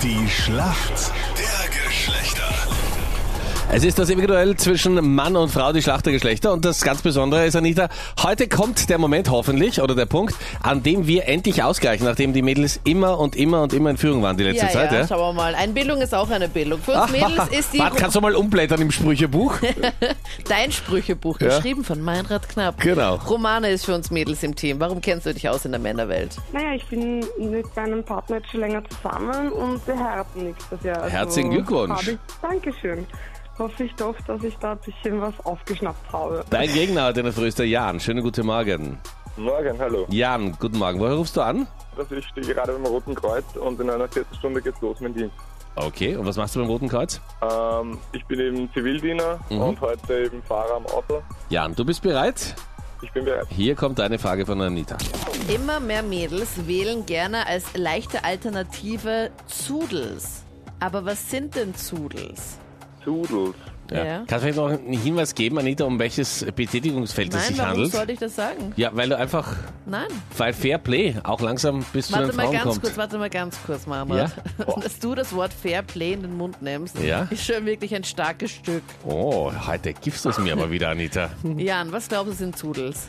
Die Schlacht der Geschlechter. Es ist das ewige Duell zwischen Mann und Frau, die Schlacht der Geschlechter. Und das ganz Besondere ist, Anita, heute kommt der Moment hoffentlich, oder der Punkt, an dem wir endlich ausgleichen, nachdem die Mädels immer in Führung waren die letzte Zeit. Ja, schauen wir mal. Einbildung ist auch eine Bildung. Für uns Mädels ist die... Warte, kannst du mal umblättern im Sprüchebuch? Dein Sprüchebuch, geschrieben von Meinrad Knapp. Genau. Romane ist für uns Mädels im Team. Warum kennst du dich aus in der Männerwelt? Naja, ich bin mit meinem Partner jetzt schon länger zusammen und wir heiraten nächstes Jahr. Herzlichen Glückwunsch. Dankeschön. Hoffe ich doch, dass ich da ein bisschen was aufgeschnappt habe. Dein Gegner heute in der Früh ist der Jan. Schönen guten Morgen. Morgen, hallo. Jan, guten Morgen. Woher rufst du an? Also ich stehe gerade beim Roten Kreuz und in einer Viertelstunde geht's los mit dem Dienst. Okay, und was machst du beim Roten Kreuz? Ich bin eben Zivildiener und heute eben Fahrer am Auto. Jan, du bist bereit? Ich bin bereit. Hier kommt eine Frage von Anita. Immer mehr Mädels wählen gerne als leichte Alternative Zudels. Aber was sind denn Zudels? Zudels. Ja. Kannst du vielleicht noch einen Hinweis geben, Anita, um welches Betätigungsfeld es Nein, sich warum handelt? sollte ich das sagen? Ja, weil du einfach, Nein. weil Fairplay auch langsam bis zu den Frauen kommt. Warte mal ganz kurz, Mama. Dass du das Wort Fairplay in den Mund nimmst, Ja? ist schon wirklich ein starkes Stück. Oh, heute gibst du es mir aber wieder, Anita. Jan, was glaubst du sind Zudels?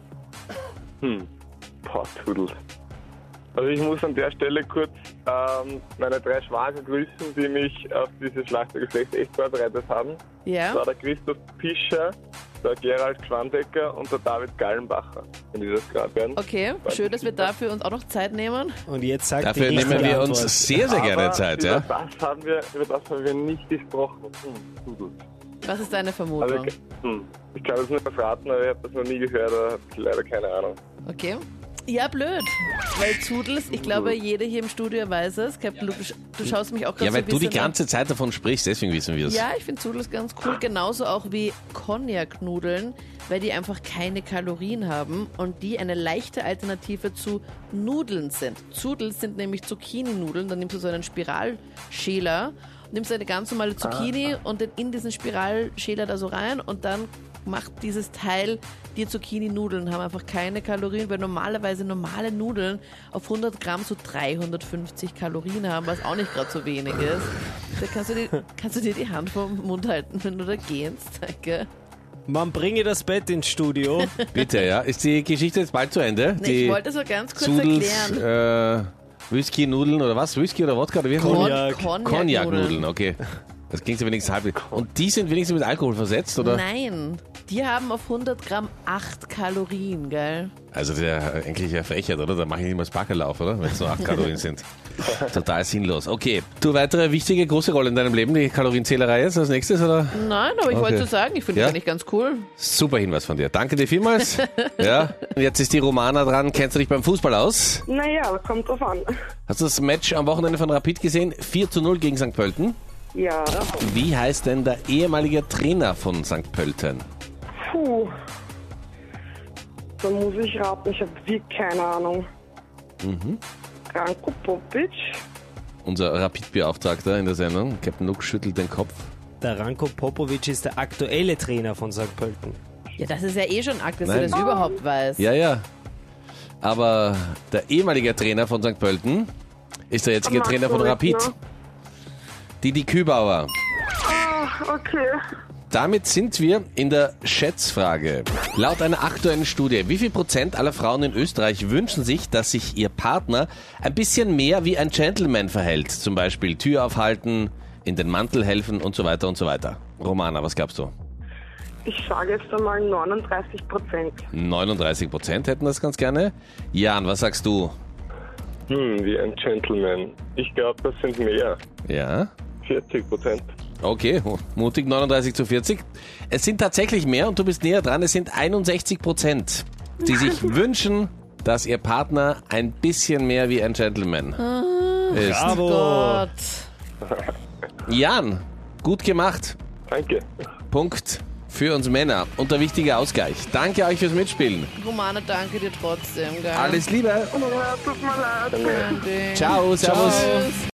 Zudels. Also ich muss an der Stelle kurz meine 3 Schwager grüßen, die mich auf diese Schlacht der Geschlechter echt vorbereitet haben. Das Ja? war der Christoph Pischer, der Gerald Schwandecker und der David Gallenbacher, wenn die das gerade werden. Okay, schön, dass wir dafür uns auch noch Zeit nehmen. Und jetzt sagt Dafür die nehmen richtige wir Antwort. uns sehr, sehr gerne Zeit, über ja? das haben wir nicht gesprochen. Zudels. Was ist deine Also Vermutung? ich kann das nicht verraten, aber ich habe das noch nie gehört, oder habe leider keine Ahnung. Okay. Ja, blöd. Weil Zudels, ich glaube, jeder hier im Studio weiß es. Captain Luke, du schaust mich auch gerade Ja, weil so du ein die bisschen ganze Zeit davon sprichst, deswegen wissen wir es. Ja, ich finde Zudels ganz cool. Genauso auch wie Cognac-Nudeln, weil die einfach keine Kalorien haben und die eine leichte Alternative zu Nudeln sind. Zudels sind nämlich Zucchini-Nudeln. Dann nimmst du so einen Spiralschäler, nimmst eine ganz normale Zucchini und den in diesen Spiralschäler da so rein und dann macht dieses Teil die Zucchini-Nudeln, haben einfach keine Kalorien, weil normalerweise normale Nudeln auf 100 Gramm so 350 Kalorien haben, was auch nicht gerade so wenig ist. Da kannst du dir die Hand vom Mund halten, wenn du da gehst. Danke. Man bringe das Bett ins Studio. Bitte, ja. Ist die Geschichte jetzt bald zu Ende? Nee, ich wollte es nur ganz kurz Zudels, erklären. Whisky, Nudeln oder was? Whisky oder Wodka oder wie? Cognac. Cognac-Nudeln, okay. Das klingt ja wenigstens halb. Und die sind wenigstens mit Alkohol versetzt, oder? Nein, die haben auf 100 Gramm 8 Kalorien, gell? Also der eigentlich ja frechert, oder? Da mache ich nicht mal das Backerlauf, oder? Wenn es nur 8 Kalorien sind. Total sinnlos. Okay. Du, weitere wichtige, große Rolle in deinem Leben, die Kalorienzählerei jetzt als nächstes, oder? Nein, aber ich Okay. wollte sagen, ich finde Ja? das eigentlich ganz cool. Super Hinweis von dir. Danke dir vielmals. Ja. Und jetzt ist die Romana dran. Kennst du dich beim Fußball aus? Naja, kommt drauf an. Hast du das Match am Wochenende von Rapid gesehen? 4:0 gegen St. Pölten. Ja, Wie heißt denn der ehemalige Trainer von St. Pölten? puh. Da muss ich raten, ich habe wirklich keine Ahnung. Ranko Popic? Unser Rapid-Beauftragter in der Sendung. Captain Luke schüttelt den Kopf. Der Ranko Popovic ist der aktuelle Trainer von St. Pölten. Ja, das ist ja eh schon arg, dass Nein. du das überhaupt weißt. Ja, ja. Aber der ehemalige Trainer von St. Pölten ist der jetzige Marco Trainer von Rapid. Rittner. Didi Kübauer. Okay. Damit sind wir in der Schätzfrage. Laut einer aktuellen Studie, wie viel Prozent aller Frauen in Österreich wünschen sich, dass sich ihr Partner ein bisschen mehr wie ein Gentleman verhält? Zum Beispiel Tür aufhalten, in den Mantel helfen und so weiter und so weiter. Romana, was glaubst du? Ich sage jetzt einmal 39%. 39% hätten das ganz gerne. Jan, was sagst du? Wie ein Gentleman. Ich glaube, das sind mehr. Ja? 40%. Okay, mutig, 39:40. Es sind tatsächlich mehr und du bist näher dran. Es sind 61%, die sich wünschen, dass ihr Partner ein bisschen mehr wie ein Gentleman ist. Bravo! Gott. Jan, gut gemacht. Danke. Punkt für uns Männer und der wichtige Ausgleich. Danke euch fürs Mitspielen. Romane, danke dir trotzdem, gell? Alles Liebe. Ja, tut mir leid. Danke. Ciao, servus. Tschüss.